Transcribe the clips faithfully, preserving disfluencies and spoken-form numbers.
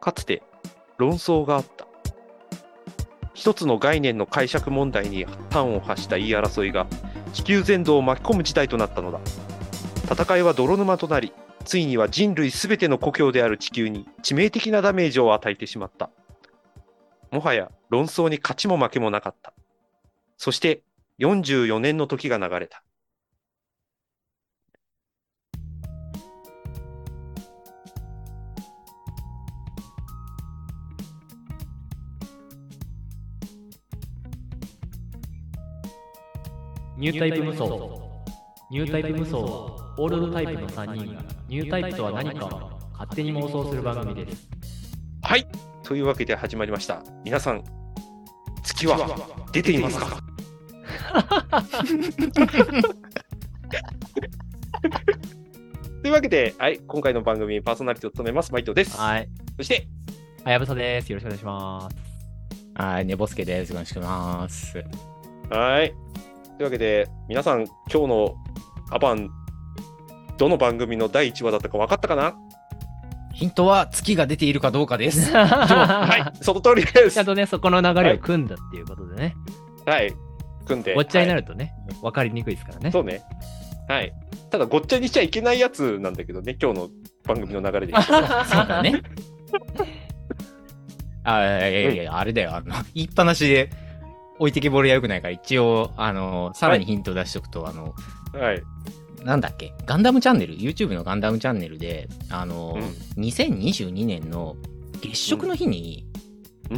かつて論争があった。一つの概念の解釈問題に端を発した言い争いが地球全土を巻き込む事態となったのだ。戦いは泥沼となり、ついには人類すべての故郷である地球に致命的なダメージを与えてしまった。もはや論争に勝ちも負けもなかった。そしてよんじゅうよねんの時が流れた。 ニュータイプ無双。ニュータイプ無双はオールドタイプのさんにんがニュータイプとは何かを勝手に妄想する番組です。 はい、というわけで始まりました。皆さん、月は出ていますか？というわけで、はい、今回の番組パーソナリティを務めますマイトです。 はい。 そしてはやぶさです。よろしくお願いします。 はい、ねぼすけです。よろしくお願いします。 はい。というわけで、皆さん、今日のアバン、どの番組のだいいちわだったか分かったかな？ ヒントは月が出ているかどうかです。 はい、その通りです。 ちゃんとね、そこの流れを組んだっていうことでね。 はい、組んで。 ごっちゃになるとね、はい、分かりにくいですからね。 そうね。はい。ただ、ごっちゃにしちゃいけないやつなんだけどね、今日の番組の流れで。 そうだね。あ、いやいやいや、あれだよ。あの、言いっぱなしで置いてけぼりはよくないから、一応、あの、さらにヒントを出しておくと、はい、あの、 はい。 なんだっけ、ガンダムチャンネル、YouTube のガンダムチャンネルで、あの、うん、にせんにじゅうにねんの月食の日に、 うん。うん、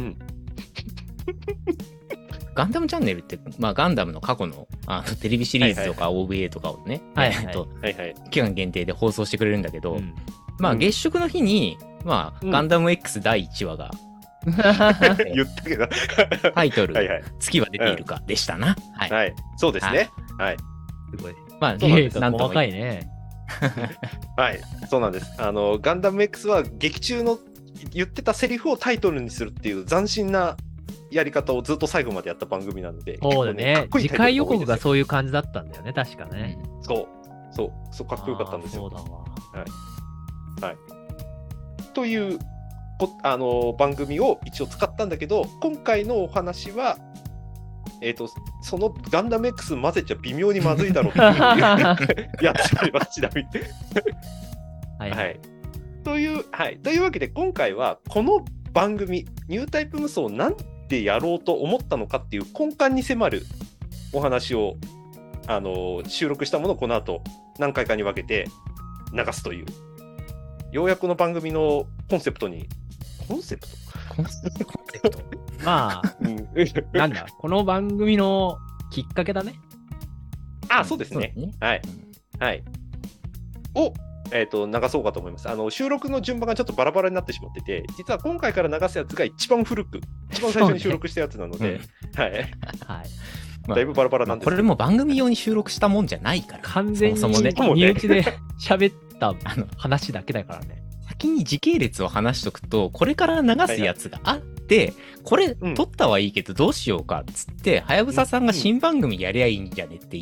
ガンダムチャンネルって、まあ、ガンダムの過去の、あのテレビシリーズとか オーブイエー とかをね、 はいはいはい、 えっと、 はいはい、 期間限定で放送してくれるんだけど、うん、まあ、 うん、 月食の日に、まあ、うん、ガンダム X だいいちわが、 言ったけどタイトル、 はいはい、 月は出ているかでしたな。 はい。はい、そうですね。はい。はい、 すごい。 まあ、 なんと細かいね。 はい、そうなんです。あの、ガンダム X は劇中の言ってたセリフをタイトルにするっていう斬新なやり方をずっと最後までやった番組なので。 そうだね。次回予告がそういう感じだったんだよね、確かね。 うん、そう、そう、そう、かっこよかったんですよ。 そうだわ。 はい。はい。という、あの番組を一応使ったんだけど、今回のお話は、えーと、そのガンダム X 混ぜちゃ微妙にまずいだろうっていうやつがあります、ちなみに。はい、はい。という、はい。というわけで、今回はこの番組、ニュータイプ無双をなんでやろうと思ったのかっていう根幹に迫るお話を、あの収録したものをこの後何回かに分けて流すという、ようやくこの番組のコンセプトに、コンセプトコンセプトまあ、うん、なんだ、この番組のきっかけだね。 あ、そうですね。ね、はい。うん、はい。を、えっと、流そうかと思います。あの、収録の順番がちょっとバラバラになってしまってて、実は今回から流すやつが一番古く、一番最初に収録したやつなので、ね、うん、はい。はい。だいぶバラバラなんですけど、 これも番組用に収録したもんじゃないから。 完全に身内で喋った話だけだからね。 先に時系列を話しとくと、これから流すやつがあって、はいはい、これ撮ったはいいけどどうしようかっつって、はやぶささんが新番組やりゃいいんじゃねって言って、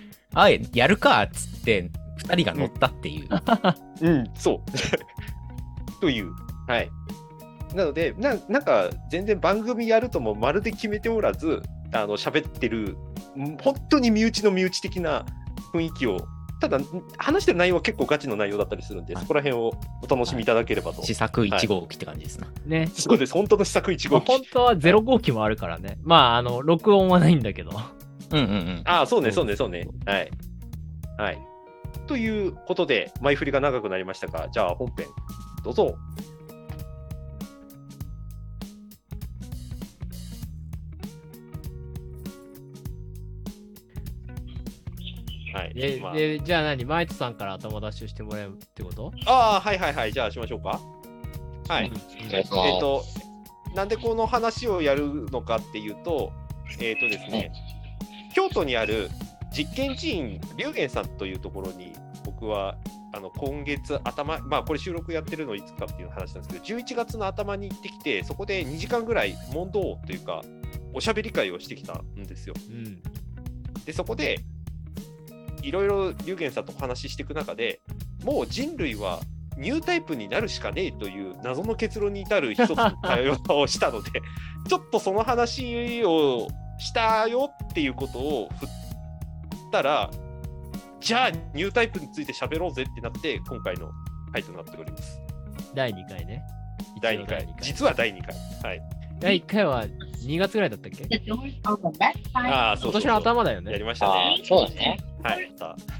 うん、あえやるかっつってふたりが乗ったっていう。 うん、うん、そうという、はい。なので な, なんか全然番組やるともまるで決めておらず、あの喋ってる本当に身内の身内的な雰囲気を。ただ話してる内容は結構ガチの内容だったりするんで、はい、そこら辺をお楽しみいただければと。 試作いち号機って感じですな、はい、 ね。 そうです、本当の試作いち号機。 本当はゼロ号機もあるからね。まああの録音はないんだけど。 うんうんうん。 ああ、そうねそうねそうね。はいはい。ということで前振りが長くなりましたが、じゃあ本編どうぞ。はい、 でまあ、 でじゃあ何、マイトさんから頭出ししてもらうってこと？ ああ、はいはいはい、じゃあしましょうか。はい。うん、えっと、なんでこの話をやるのかっていうと、えっとですね、うん、京都にある実験寺院龍玄さんというところに、僕はあの今月頭、まあこれ収録やってるのいつかっていう話なんですけど、じゅういちがつの頭に行ってきて、そこでにじかんぐらい問答というか、おしゃべり会をしてきたんですよ。うん、で、そこで、いろいろ龍玄さんとお話ししていく中で、もう人類はニュータイプになるしかねえという謎の結論に至る一つの対話をしたのでちょっとその話をしたよっていうことを振ったら、じゃあニュータイプについて喋ろうぜってなって今回の回となっております。 だいにかいね。 だいにかい、実はだいにかい。はい。 だいいっかいはにがつぐらいだったっけ？ ああ、そうそうそう。 今年の頭だよね。 やりましたね。 そうだね。 はい。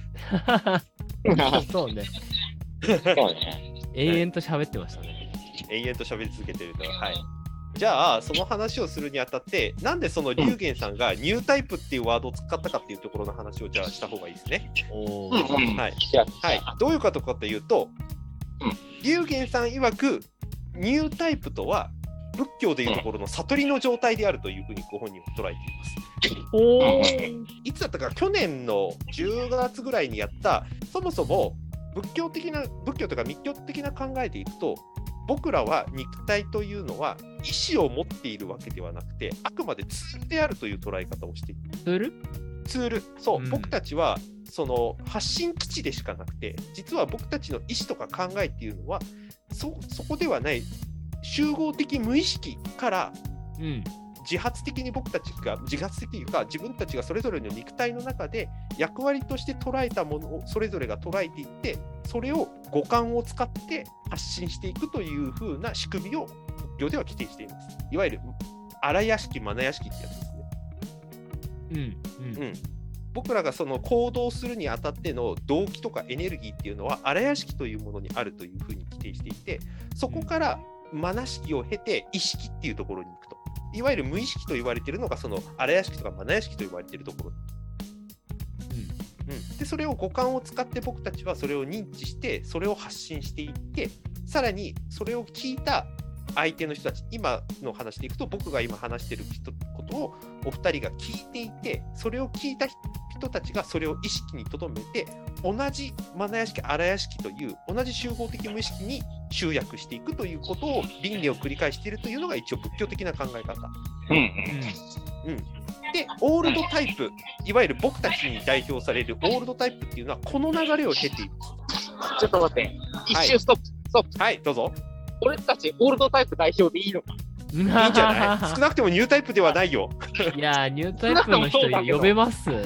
そうね。 そうね。 永遠と喋ってましたね。 永遠と喋り続けてると。はい。じゃあその話をするにあたってなんでその龍玄さんがニュータイプっていうワードを使ったかっていうところの話をじゃあした方がいいですね。 おはい、はい、どういうことかというと、龍玄さん曰くニュータイプとは仏教でいうところの悟りの状態であるというふうにご本人は捉えています。 おいつだったか去年のじゅうがつぐらいにやったそもそも仏教的な仏教というか密教的な考えでいくと僕らは肉体というのは意志を持っているわけではなくてあくまでツールであるという捉え方をしている。 ツール？ ツール。そう、 うん、 僕たちはその発信基地でしかなくて実は僕たちの意志とか考えっていうのは そ, そこではない集合的無意識から、うん、自発的に僕たちが自発的というか自分たちがそれぞれの肉体の中で役割として捉えたものをそれぞれが捉えていってそれを五感を使って発信していくという風な仕組みを仏教では規定しています。いわゆる荒屋敷マナ屋敷ってやつですね。 うんうんうん、僕らがその行動するにあたっての動機とかエネルギーっていうのは荒屋敷というものにあるという風に規定していてそこからマナ式を経て意識っていうところに行くといわゆる無意識と言われているのがその荒屋敷とかマナ屋敷と言われているところ、うんうん、でそれを五感を使って僕たちはそれを認知してそれを発信していってさらにそれを聞いた相手の人たち今の話でいくと僕が今話していることをお二人が聞いていてそれを聞いた人たちがそれを意識に留めて同じマナ屋敷荒屋敷という同じ集合的無意識に集約していくということを輪廻を繰り返しているというのが一応仏教的な考え方、うんうんうん、でオールドタイプいわゆる僕たちに代表されるオールドタイプっていうのはこの流れを経ていく。 ちょっと待って一周ストップ、はい、ストップはいどうぞ。 俺たちオールドタイプ代表でいいのか？ いいんじゃない少なくともニュータイプではないよいやニュータイプの人呼べます、はい、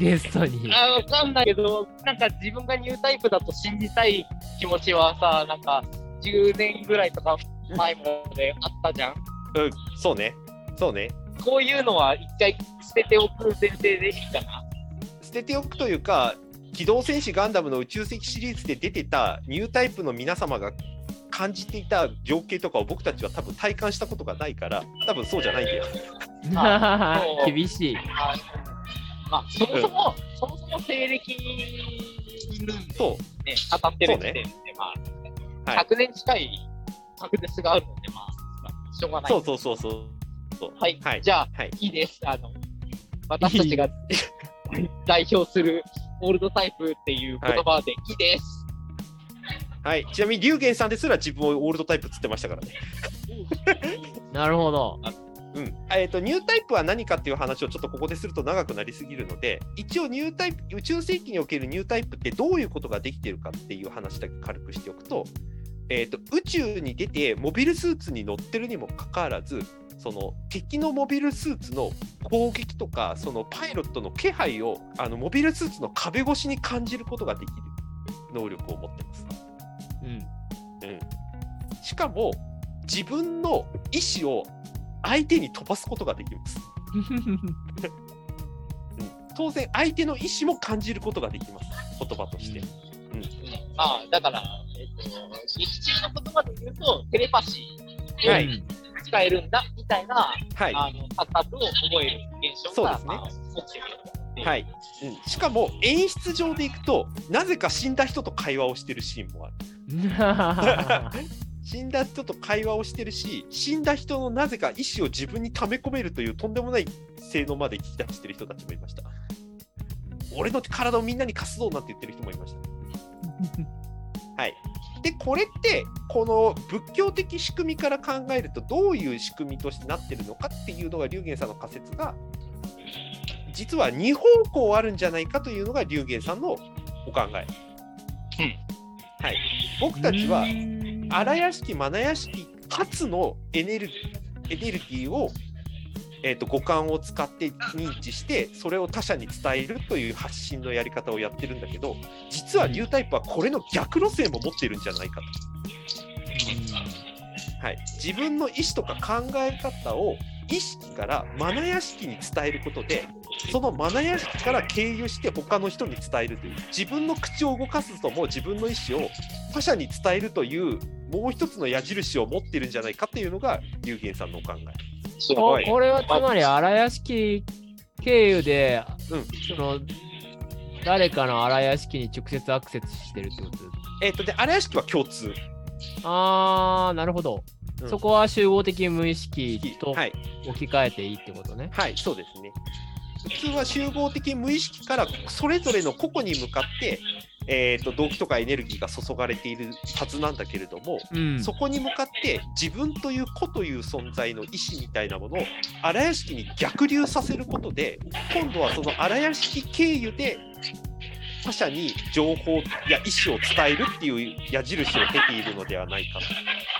ゲストに。 あ分かんないけどなんか自分がニュータイプだと信じたい気持ちはさなんかじゅうねんぐらいとか前まであったじゃんうんそうねそうねこういうのは一回捨てておく前提でいいかな。 捨てておくというか機動戦士ガンダムの宇宙世紀シリーズで出てたニュータイプの皆様が感じていた情景とかを僕たちは多分体感したことがないから多分そうじゃないんだよ厳しい。 まあそもそも、うん、そもそも西暦にるんで、ね、当たってる時点で、ねまあ、ひゃくねん近い確率があるので、まあ、しょうがない。 そうそうそうそうそうはい、はい、じゃあ、はい、いいです。あの私たちが代表するオールドタイプっていう言葉でいいです。 はい、ちなみに龍玄さんですら自分をオールドタイプっつってましたからねなるほど、 うんえー、とニュータイプは何かっていう話をちょっとここですると長くなりすぎるので一応ニュータイプ宇宙世紀におけるニュータイプってどういうことができているかっていう話だけ軽くしておくと、えー、と宇宙に出てモビルスーツに乗ってるにもかかわらずその敵のモビルスーツの攻撃とかそのパイロットの気配をあのモビルスーツの壁越しに感じることができる能力を持ってます。うんうん、しかも自分の意思を相手に飛ばすことができます、うん、当然相手の意思も感じることができます言葉として、うんうん、 ああだから、えっと、劇中の言葉で言うとテレパシーを使えるんだみたいな、はい、あの錯覚を覚える現象がそうですね、まあ、起きてるはいうん、しかも演出上でいくとなぜか死んだ人と会話をしてるシーンもある死んだ人と会話をしてるし死んだ人のなぜか意思を自分に溜め込めるというとんでもない性能まで聞き出してる人たちもいました。俺の体をみんなに貸すぞなんて言ってる人もいましたはいでこれってこの仏教的仕組みから考えるとどういう仕組みとしてなってるのかっていうのが龍玄さんの仮説が実はに方向あるんじゃないかというのが龍玄さんのお考え、 はい、僕たちは荒屋敷、マナ屋敷初のエネルギー、エネルギーを、えーと、五感を使って認知してそれを他者に伝えるという発信のやり方をやってるんだけど、実はニュータイプはこれの逆路線も持ってるんじゃないかと、はい、自分の意思とか考え方を意識からマナ屋敷に伝えることで、そのマナ屋敷から経由して他の人に伝えるという、自分の口を動かすとも自分の意思を他者に伝えるというもう一つの矢印を持ってるんじゃないかっていうのが龍玄さんのお考え。 すごい。これはつまり荒屋敷経由で、うん、その誰かの荒屋敷に直接アクセスしてるってことですか？ えっとで荒屋敷は共通。 あー、なるほど。うん、そこは集合的無意識と置き換えていいってことね。 はい、はい、そうですね。普通は集合的無意識からそれぞれの個々に向かって、えーと、動機とかエネルギーが注がれているはずなんだけれども、うん、そこに向かって自分という個という存在の意思みたいなものを荒屋敷に逆流させることで、今度はその荒屋敷経由で他者に情報や意思を伝えるっていう矢印を経ているのではないかと。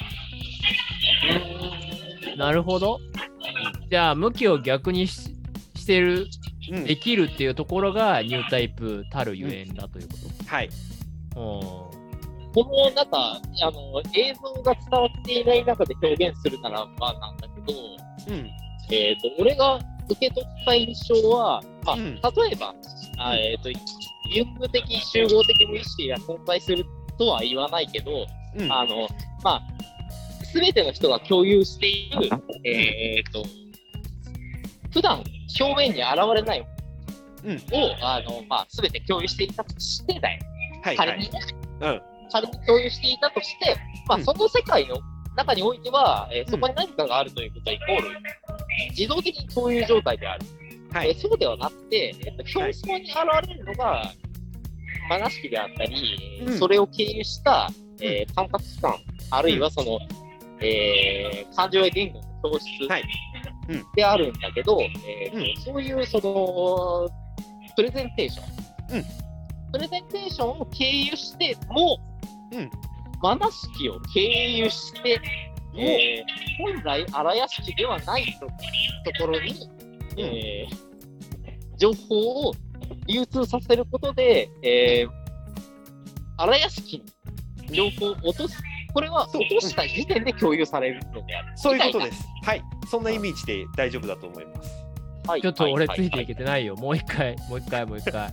なるほど。じゃあ向きを逆に し, してる、うん、できるっていうところがニュータイプたるゆえんだということ、うん、 はい。 このなんかあの映像が伝わっていない中で表現するならばなんだけど、うん、えーと俺が受け取った印象は、まあ、うん、例えば、あえーとユング的集合的無意識が存在するとは言わないけど、うん、あのまあ全ての人が共有している、えーと普段表面に現れないものを、うん、あのまあ、全て共有していたとしてだよ、はいはい、仮にね、うん、仮に共有していたとして、まあ、その世界の中においては、うん、えー、そこに何かがあるということはイコール、うん、自動的に共有状態である、はい、えー、そうではなくて、えーと、表層に現れるのがマナ式であったり、うん、それを経由した、えー、感覚器官、あるいはその、うん、えー、感情や言語の表出、はい、うん、であるんだけど、えーとうん、そういうそのプレゼンテーション、うん、プレゼンテーションを経由しても、うん、マナ式を経由しても、えー、本来荒屋敷ではないところに、うん、えー、情報を流通させることで、えー、荒屋敷に情報を落とす。これは落とした時点で共有されるのである。 そういうことです。はい。そんなイメージで大丈夫だと思います。 はい、ちょっと俺ついていけてないよ。もう一回、もう一回、もう一回。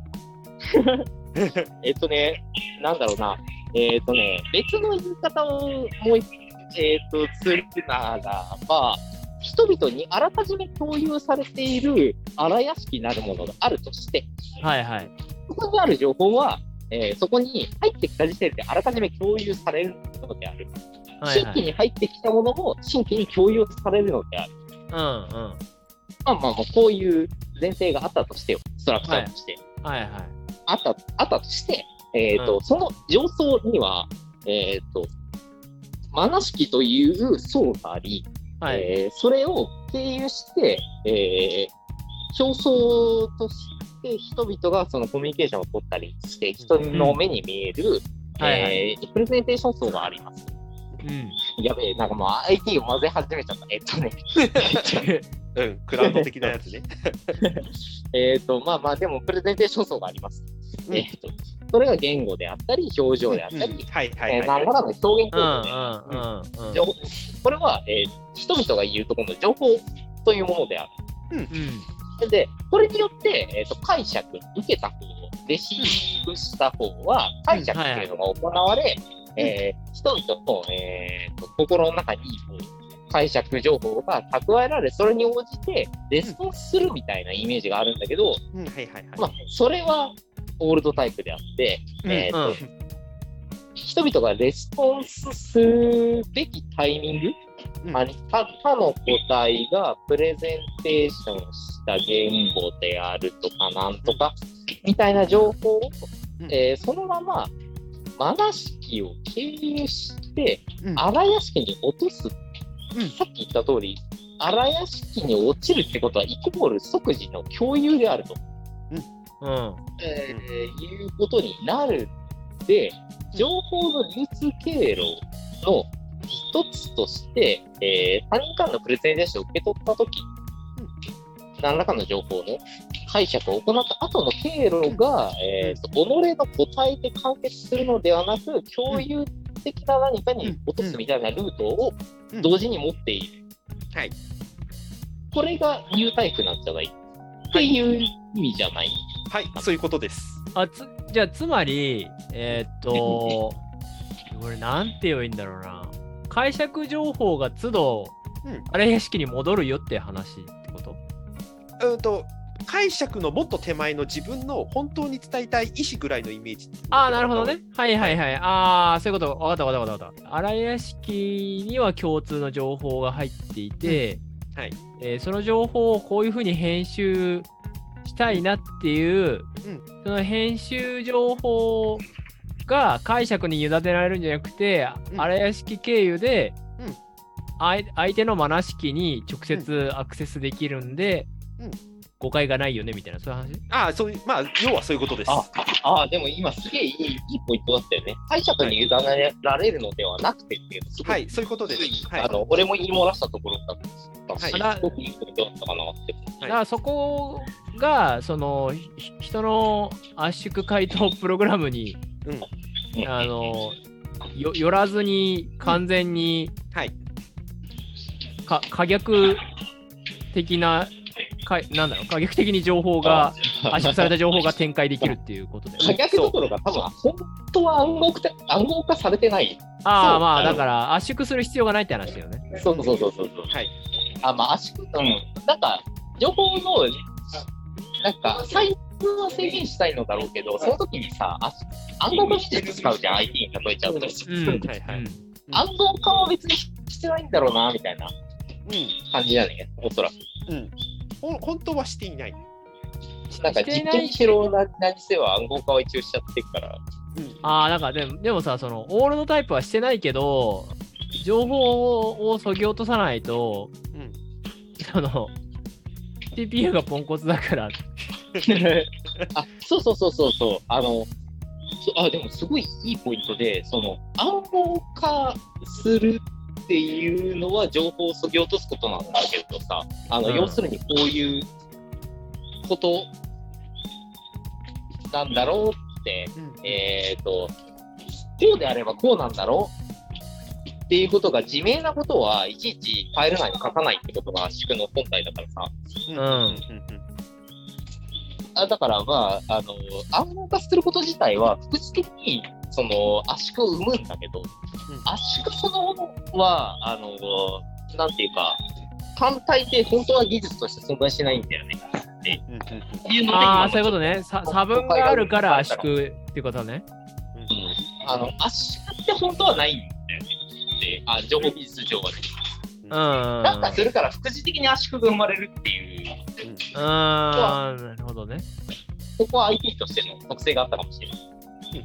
えっとね、なんだろうな。えっとね、別の言い方をもう一回、えっと、するならば、人々にあらかじめ共有されている荒屋敷なるものがあるとして、 はいはい。 そこにある情報は、えー、そこに入ってきた時点であらかじめ共有されるのである。はいはい、新規に入ってきたものも新規に共有されるのである。 うんうん。 まあまあ、こういう前提があったとしてよ、ストラクチャーとして。 はいはいはい。 あった、あったとして、えーとうん、その上層には、えーと、マナ式という層があり、はい、えー、それを経由して、えー、表層として、人々がそのコミュニケーションを取ったりして人の目に見える、うん、はいはい、えー、プレゼンテーション層があります。うん、やべえ、なんかもう アイティー を混ぜ始めちゃった。えっとね。 うん、クラウド的なやつね。 えっと、まあまあ、でもプレゼンテーション層があります。うん、えーと、それが言語であったり、表情であったり、何らかの表現構造で、これは、えー、人々が言うところの情報というものである。うんうん、で、これによって、えーと、解釈、受けた方、レシーブした方は、解釈というのが行われ、はいはい、えー、人々の、えーと、心の中に解釈情報が蓄えられ、それに応じてレスポンスするみたいなイメージがあるんだけど、うん、はいはいはい、まあ、それはオールドタイプであって、うん、えーとうん、人々がレスポンスするべきタイミング、うん、まあ、他, 他の個体がプレゼンテーションした言語であるとかなんとかみたいな情報を、うん、えー、そのままマナ式を経由して荒屋敷に落とす、うん、さっき言った通り荒屋敷に落ちるってことはイコール即時の共有であると、うんうん、えー、いうことになるで、情報の流通経路の一つとして、えー、他人からのプレゼンテーションを受け取ったとき、うん、何らかの情報の解釈を行った後の経路が、えーと、己の個体で完結するのではなく、共有的な何かに落とすみたいなルートを同時に持っている。 はい。 これがニュータイプなんじゃないっていう意味じゃない。 はい、そういうことです。 あつじゃあつまり、えー、っと、これなんて言えばいいんだろうな。解釈情報が都度、うん、荒屋敷に戻るよって話ってこと？ うんと解釈のもっと手前の自分の本当に伝えたい意思ぐらいのイメージ。 ああ、なるほどね。はいはいはい。ああ、そういうこと。わかったわかったわかった。荒屋敷には共通の情報が入っていて、うん、はいえー、その情報をこういうふうに編集したいなっていう、うん、その編集情報が解釈に委ねられるんじゃなくて、うん、荒屋敷経由で、うん、相, 相手のマナ式に直接アクセスできるんで、うんうん、誤解がないよねみたいな、そういう話？ ああ、そういう、まあ、要はそういうことです。 ああ、でも今すげえいい、いいポイントだったよね。解釈に委ねられるのではなくてっていう、 はい、そういうことです。はい、 あの俺も言い漏らしたところだったし、はい、すごくいいポイントだったかなって。はい、 だからそこが、その、人の圧縮回答プログラムに、うん、あの、よ寄らずに完全に、うん、はい、か可逆的な、かなんだろう可逆的に情報が圧縮された情報が展開できるっていうことで、 可逆どころか多分本当は暗号化暗号化されてない。 ああ、まあだから圧縮する必要がないって話だよね。 そうそうそうそうそう。はい。あ、まあ圧縮、うん、なんか情報のなんかサイズは制限したいのだろうけど、その時にさ暗号化技術使うじゃん、 アイティー に例えちゃうと、うん、はいはい、暗号化は別にしてないんだろうなみたいな感じだね、おそらく。うん本当はしていない。 なんか実験しろ何せは暗号化は一応しちゃってるから。 うん、ああ、なんかでも、でもさ、そのオールドタイプはしてないけど、情報をそぎ落とさないと、うん、その シーピーユー がポンコツだから。 あ、そうそうそうそうそう。あの、あ、でもすごいいいポイントで、その暗号化するっていうのは情報をそぎ落とすことなんだけどさ、あの、うん、要するにこういうことなんだろうって、うん、えっと、こうであればこうなんだろうっていうことが自明なことはいちいちファイル内に書かないってことが圧縮の本体だからさ。うん。あだからまあ、あの、暗号化すること自体は副次的にその圧縮を生むんだけど、うん、圧縮そのものは、あの、なんていうか、単体で本当は技術として存在してないんだよね。っていうので、ああ、そういうことね。差分があるから圧縮っていうことね。 うん、あの圧縮って本当はないんだよね。で、あ、情報技術上はね。うん。なんかするから副次的に圧縮が生まれるっていう。 うん。ああ、なるほどね。 そこは アイティー としての特性があったかもしれない。うん、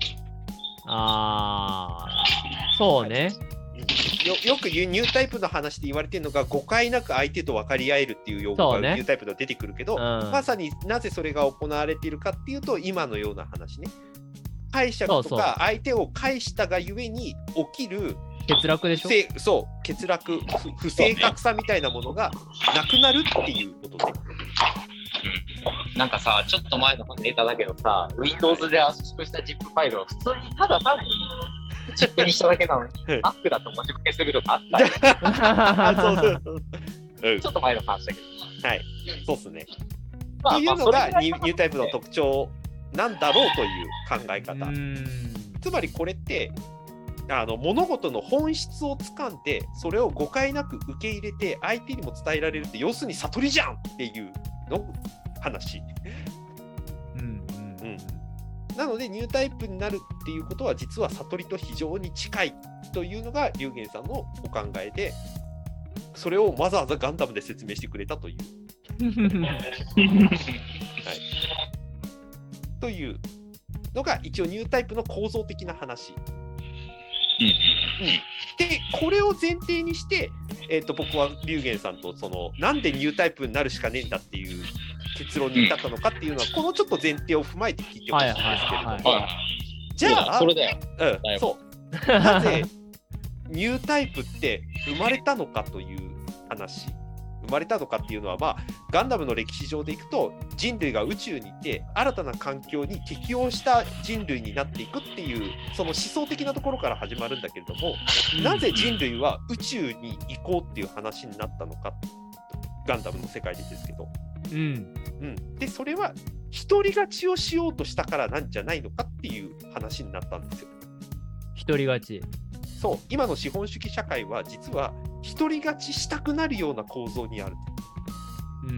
ああ、そうね。 よ, よく言うニュータイプの話で言われてるのが誤解なく相手と分かり合えるっていう用語がニュータイプでは出てくるけど、ね、うん、まさになぜそれが行われているかっていうと今のような話ね、解釈とか相手を介したがゆえに起きる欠落でしょ。 そう欠落不正確さみたいなものがなくなるっていうことで、 なんかさちょっと前のネタだけどさ Windows で圧縮した ジップ ファイルを普通にただ単にチップにしただけなのに、Mac だと文字化けするとかあったよ。そうそうそう、うん、ちょっと前の話だけど。はい、 そうっすね。まあ、っていうのがニュータイプの特徴なんだろうという考え方。つまりこれってあの物事の本質をつかんでそれを誤解なく受け入れて相手にも伝えられるって要するに悟りじゃんっていうの話。うんうんうんなのでニュータイプになるっていうことは実は悟りと非常に近いというのが龍玄さんのお考えで、それをわざわざガンダムで説明してくれたという、はい、というのが一応ニュータイプの構造的な話、うん、でこれを前提にして、えーと、僕は龍玄さんとそのなんでニュータイプになるしかねえんだっていう結論に至ったのかっていうのは、このちょっと前提を踏まえて聞いてほしいんですけれども、 じゃあ、 それだよ。 うん、そう。なぜニュータイプって生まれたのかという話。生まれたのかっていうのは、まあ、ガンダムの歴史上でいくと、人類が宇宙にいて、新たな環境に適応した人類になっていくっていう、その思想的なところから始まるんだけれども、なぜ人類は宇宙に行こうっていう話になったのか、ガンダムの世界でですけど。 うんうん、で、それは、独り勝ちをしようとしたからなんじゃないのかっていう話になったんですよ。 独り勝ち。 そう、今の資本主義社会は実は独り勝ちしたくなるような構造にある。 うん。うん。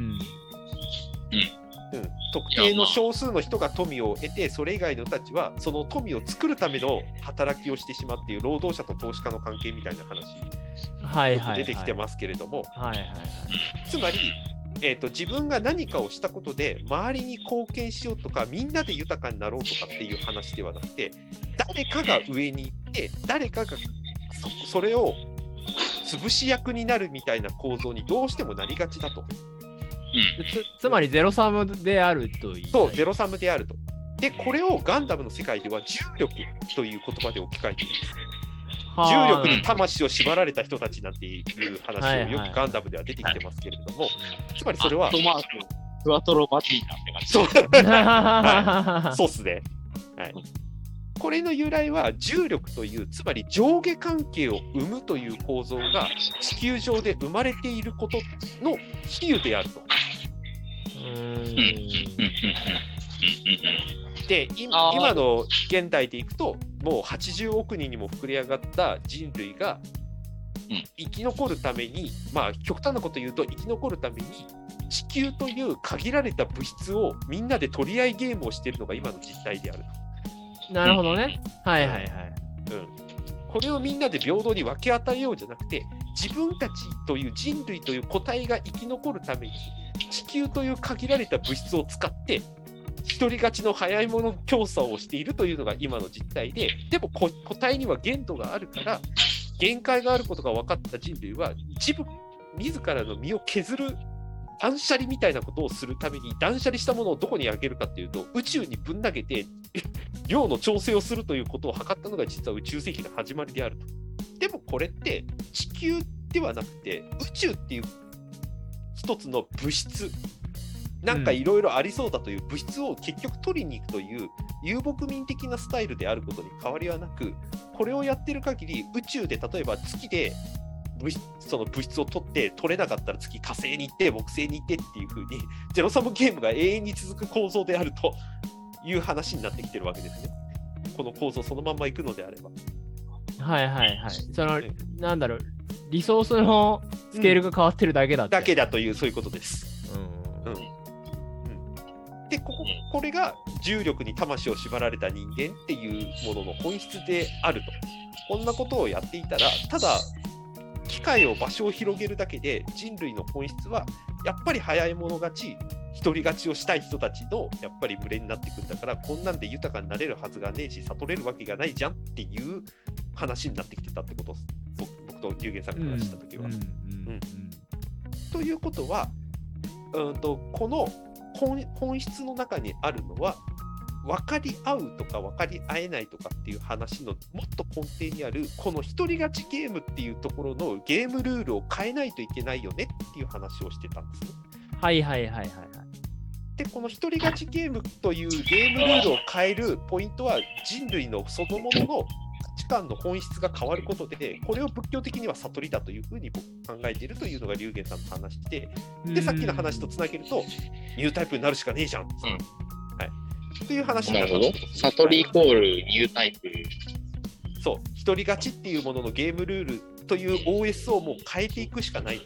特定の少数の人が富を得て、それ以外の人たちはその富を作るための働きをしてしまうっていう労働者と投資家の関係みたいな話、 はいはいはい、 よく出てきてますけれども、 はいはいはい、 つまり、えーと、自分が何かをしたことで周りに貢献しようとか、みんなで豊かになろうとかっていう話ではなくて、誰かが上に行って誰かが そ, それを潰し役になるみたいな構造にどうしてもなりがちだと。うん、 つ, つまりゼロサムであるという。 そう、ゼロサムであると。で、これをガンダムの世界では重力という言葉で置き換えているんです。重力に魂を縛られた人たちなんていう話をよくガンダムでは出てきてますけれども、はいはい、つまりそれはクワトロバティーナって感じ。 そう、はい、そうっすね、はい。これの由来は重力という、つまり上下関係を生むという構造が地球上で生まれていることの比喩であると。うーんで、今、今の現代でいくと、もうはちじゅうおくにんにも膨れ上がった人類が生き残るために、まあ極端なこと言うと、生き残るために地球という限られた物質をみんなで取り合いゲームをしているのが今の実態である。 なるほどね。はいはいはい。 うん。これをみんなで平等に分け与えようじゃなくて、自分たちという人類という個体が生き残るために、地球という限られた物質を使って、独り勝ちの早いもの競争をしているというのが今の実態で、でも個体には限度があるから、限界があることが分かった人類は、自分自らの身を削る断捨離みたいなことをするために、断捨離したものをどこにあげるかっていうと、宇宙にぶん投げて量の調整をするということを図ったのが実は宇宙世紀の始まりであると。でもこれって地球ではなくて宇宙っていう一つの物質、なんかいろいろありそうだという物質を結局取りに行くという遊牧民的なスタイルであることに変わりはなく、これをやってる限り宇宙で例えば月で物質その物質を取って取れなかったら次火星に行って木星に行ってっていう風にゼロサムゲームが永遠に続く構造であるという話になってきてるわけですね。この構造そのまま行くのであれば。 はいはいはい。その、ね、なんだろう、リソースのスケールが変わってるだけだって、 うん、だけだというそういうことです。うん。うん。でこここれが重力に魂を縛られた人間っていうものの本質であると。こんなことをやっていたら、ただ機械を場所を広げるだけで人類の本質はやっぱり早い者勝ち、独り勝ちをしたい人たちのやっぱり群れになっていくんだから、こんなんで豊かになれるはずがねえし悟れるわけがないじゃんっていう話になってきてたってことです。僕と龍玄さんが話した時は、うんうんうんうん、ということは、うんとこの 本, 本質の中にあるのは分かり合うとか分かり合えないとかっていう話のもっと根底にあるこの独り勝ちゲームっていうところのゲームルールを変えないといけないよねっていう話をしてたんですね。 はいはいはいはい。 でこの独り勝ちゲームというゲームルールを変えるポイントは人類のそのものの価値観の本質が変わることで、これを仏教的には悟りだというふうに僕考えているというのが龍玄さんの話で、でさっきの話とつなげるとニュータイプになるしかねえじゃん、うん、はいという話になる。 なるほど。悟りイコールニュータイプ。 そう、独り勝ちっていうもののゲームルールという オーエス をもう変えていくしかない。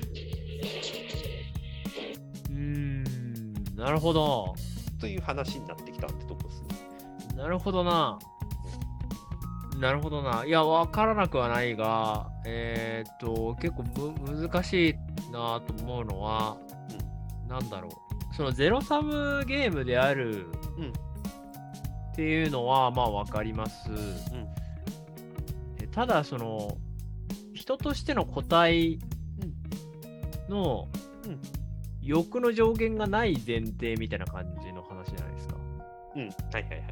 うーん、なるほど。 という話になってきたってとこですね。 なるほどな。なるほどな。いや、わからなくはないが、えー、っと、結構む難しいなと思うのは、うん、なんだろう。そのゼロサムゲームである、うん、っていうのは、まあわかります。うん、ただ、その、人としての個体の、うんうん、欲の上限がない前提みたいな感じの話じゃないですか。 うん、はいはいはい。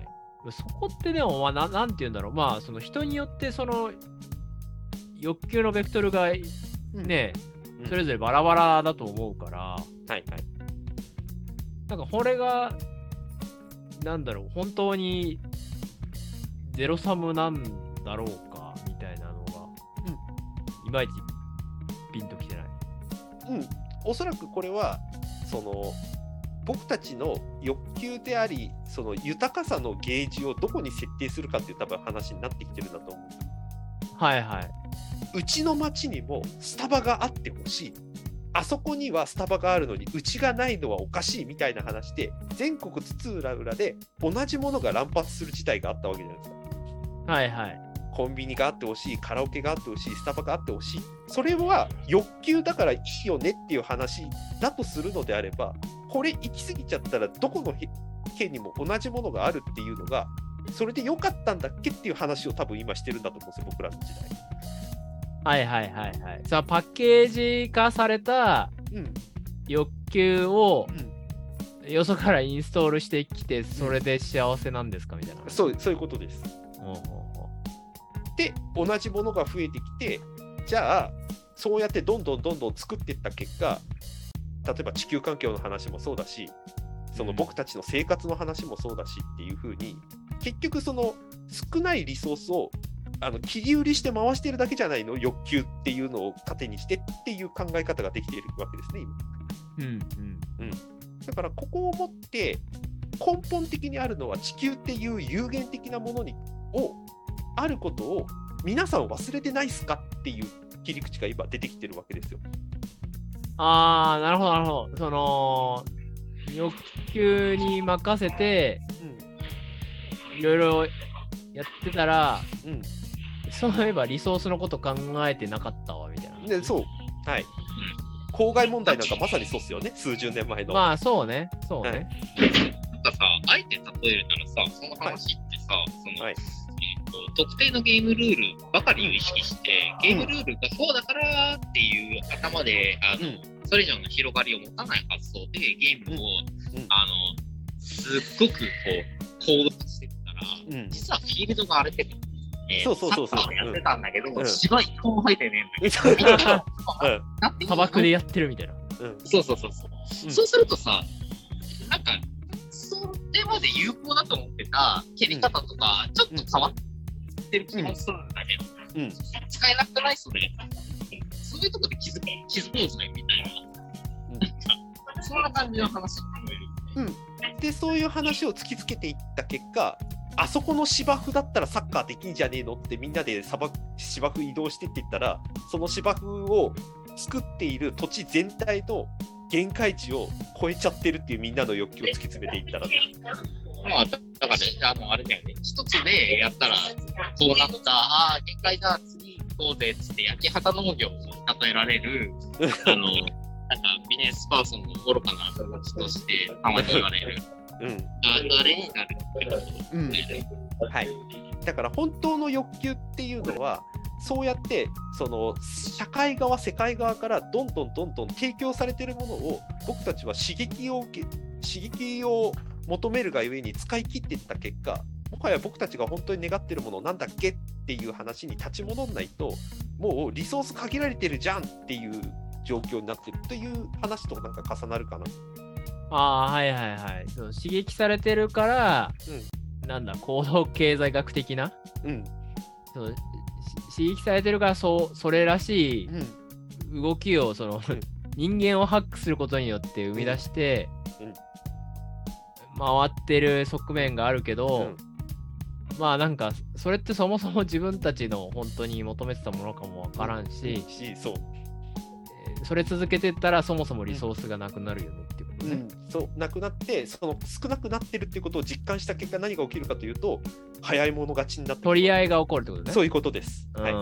そこってでも、まあ、ななんて言うんだろう、まあその人によってその欲求のベクトルがね、うん、それぞれバラバラだと思うから、 はいはい。 なんかこれがなんだろう、本当にゼロサムなんだろうかみたいなのが、うん、いまいちピンときてない。 うん、おそらくこれはその僕たちの欲求であり、その豊かさのゲージをどこに設定するかっていう多分話になってきてるんだと思うんですよ。 はいはい。 うちの町にもスタバがあってほしい。あそこにはスタバがあるのにうちがないのはおかしいみたいな話で、全国津々浦々で同じものが乱発する事態があったわけじゃないですか。 はいはい。 コンビニがあってほしい、カラオケがあってほしい、スタバがあってほしい。それは欲求だからいいよねっていう話だとするのであれば、これ行き過ぎちゃったらどこの県にも同じものがあるっていうのがそれで良かったんだっけっていう話を多分今してるんだと思うんですよ、僕らの時代。 はいはいはいはい。さあパッケージ化された欲求を、うん、よそからインストールしてきてそれで幸せなんですかみたいな。 そうそういうことです。うんで同じものが増えてきて、じゃあそうやってどんどんどんどん作っていった結果、例えば地球環境の話もそうだし、その僕たちの生活の話もそうだしっていう風に、結局その少ないリソースをあの切り売りして回してるだけじゃないの、欲求っていうのを糧にしてっていう考え方ができているわけですね今。 うんうんうん。だからここをもって根本的にあるのは地球っていう有限的なものにをあることを皆さん忘れてないっすかっていう切り口が今出てきてるわけですよ。 あー、なるほどなるほど。その欲求に任せて、うん、いろいろやってたら、うん、そういえばリソースのこと考えてなかったわみたいな。 でそう、はい。公害問題なんかまさにそうっすよね、数十年前の。 まあそうね、そうね。はい、 なんかさ、あえて例えるならさ、その話ってさ、はい、その、はい、えーと、特定のゲームルールばかりを意識して、ゲームルールがそうだからっていう頭で、あの、うん、それ以上の広がりを持たない発想でゲームを、うん、あの、すっごくこう、行動してったら、うん、実はフィールドが荒れてる。えー、そうそうそうそう。サッカーでやってたんだけど、うん、芝一本も入ってねえんだけど、 砂漠でやってるみたいな。 うん、そうそうそうそう、うん。そうするとさ、なんか、それまで有効だと思ってた蹴り方とか、ちょっと変わってる気もするんだけど、うんうん、使えなくないそれ。そういうとこで気づく、気づこうぜみたいな。うん、そんな感じの話。 うん。で、そういう話を突きつけていった結果、あそこの芝生だったらサッカーできんじゃねえのってみんなで芝生移動してっていったら、その芝生を作っている土地全体の限界値を超えちゃってるっていうみんなの欲求を突き詰めていったらね。 まあ、だからね、あの、あれだよね、一つでやったら、こうなった、ああ、限界だ、次行こうぜっつって、焼き畑農業を例えられる、あの、なんかビジネスパーソンの愚かな形としてたまに言われる。うん、あれになるけど、うん、 はい。だから本当の欲求っていうのは、そうやってその社会側、世界側からどんどんどんどん提供されているものを僕たちは刺激を受け、刺激を求めるがゆえに使い切っていった結果、もはや僕たちが本当に願っているものなんだっけっていう話に立ち戻らないと、もうリソース限られてるじゃんっていう状況になってるという話となんか重なるかな。 ああ、はいはいはい。そう刺激されてるから、うん、なんだ、行動経済学的な、うん、そう刺激されてるからそう、それらしい動きをその、うん、人間をハックすることによって生み出して、うん、回ってる側面があるけど、うん、まあなんか、それってそもそも自分たちの本当に求めてたものかもわからんし、うん、しそうそれ続けてったらそもそもリソースがなくなるよねっていうことね、 うん、そうなくなってその少なくなってるっていうことを実感した結果何が起きるかというと早い者勝ちになって取り合いが起こるってことね。 そういうことです、はい、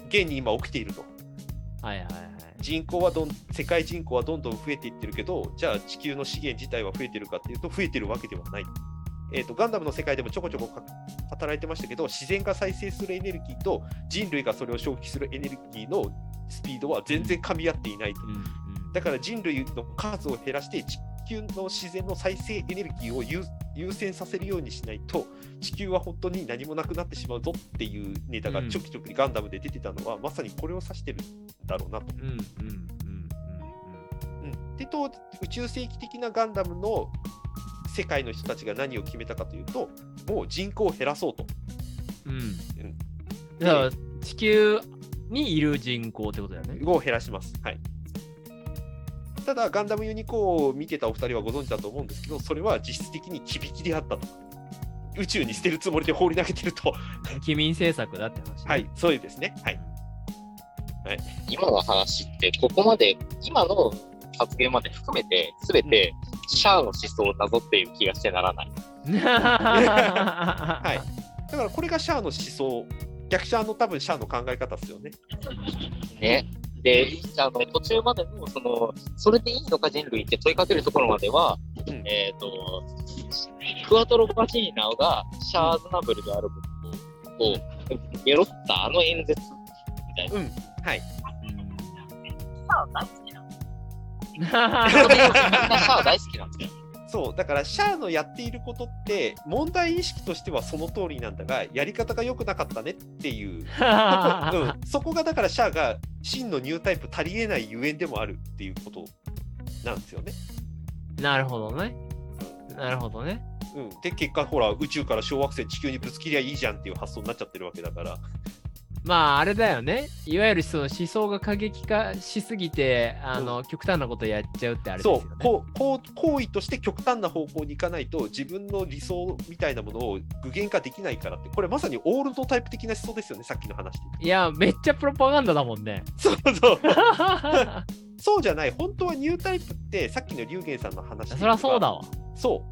現に今起きていると、 はいはいはい、 人口はどん世界人口はどんどん増えていってるけどじゃあ地球の資源自体は増えてるかっていうと増えてるわけではない。えーと、ガンダムの世界でもちょこちょこ働いてましたけど自然が再生するエネルギーと人類がそれを消費するエネルギーのスピードは全然噛み合っていないと、うんうん、だから人類の数を減らして球の自然の再生エネルギーを 優, 優先させるようにしないと地球は本当に何もなくなってしまうぞっていうネタがちょきちょきガンダムで出てたのは、うん、まさにこれを指してるんだろうなと。うんうんうんうんうん、でと宇宙世紀的なガンダムの世界の人たちが何を決めたかというと、もう人口を減らそうと。うんうん、 だから地球にいる人口ってことだよね。 を減らします。はい。ただガンダムユニコーンを見てたお二人はご存知だと思うんですけど、それは実質的に忌引きであったと。宇宙に捨てるつもりで放り投げてると。 機民政策だって話、ね。 はい、そうですね。はい。 はい、今の話ってここまで今の発言まで含めて全てシャアの思想をなぞっている気がしてならない。 はい。だからこれがシャアの思想、逆シャアの多分シャアの考え方ですよね。 ね。で、あの途中までのそのそれでいいのか人類って問いかけるところまでは、うん、えっ、ー、とクワトロ・バジーナがシャアーズナブルであることをゲロったあの演説みたいな。うん、はい。シャア大好きなんみんなシャア大好きなんだよ。 そうだからシャアのやっていることって問題意識としてはその通りなんだが、やり方が良くなかったねっていう、うん、そこがだからシャアが真のニュータイプ足りえないゆえんでもあるっていうことなんですよね。 なるほどね、うん、なるほどね、 うん、で結果ほら宇宙から小惑星地球にぶつ切りゃいいじゃんっていう発想になっちゃってるわけだから。 まああれだよね、いわゆるその思想が過激化しすぎてあの、うん、極端なことやっちゃうってあれですよね。 そうこう行為として極端な方向に行かないと自分の理想みたいなものを具現化できないからって、これまさにオールドタイプ的な思想ですよね、さっきの話で。 いやめっちゃプロパガンダだもんね。 そうそうそうじゃない、本当はニュータイプってさっきの龍玄さんの話で、 そりゃそうだわ。 そう、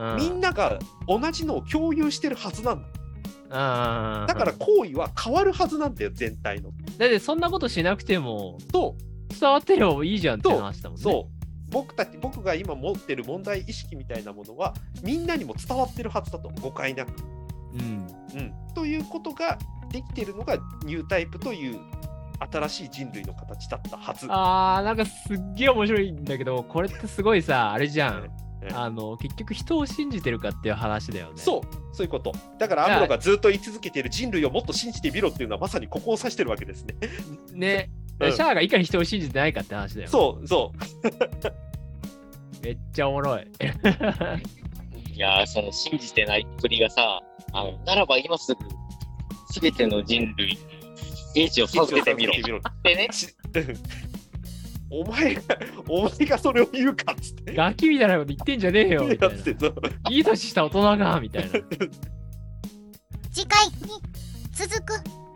うん、みんなが同じのを共有してるはずなんだ。だから行為は変わるはずなんだよ、全体の。 だってそんなことしなくても伝わってればいいじゃんって話だもんね。 そう僕たち僕が今持ってる問題意識みたいなものはみんなにも伝わってるはずだと、誤解なく、うんうん、ということができてるのがニュータイプという新しい人類の形だったはず。 あーなんかすっげえ面白いんだけど、これってすごいさあれじゃん、うん、あの結局人を信じてるかっていう話だよね。 そうそういうこと。だからアムロがずっと言い続けている人類をもっと信じてみろっていうのはまさにここを指してるわけですね。 ね、うん、シャアがいかに人を信じてないかって話だよね。 そうそうめっちゃおもろい。 いやーその信じてないっぷりがさ、あのならば今すぐ全ての人類に英知を授けてみろってね。 お前が、お前がそれを言うかっつって。 ガキみたいなこと言ってんじゃねえよみたいな。いい年した大人がみたいな。 次回に続く。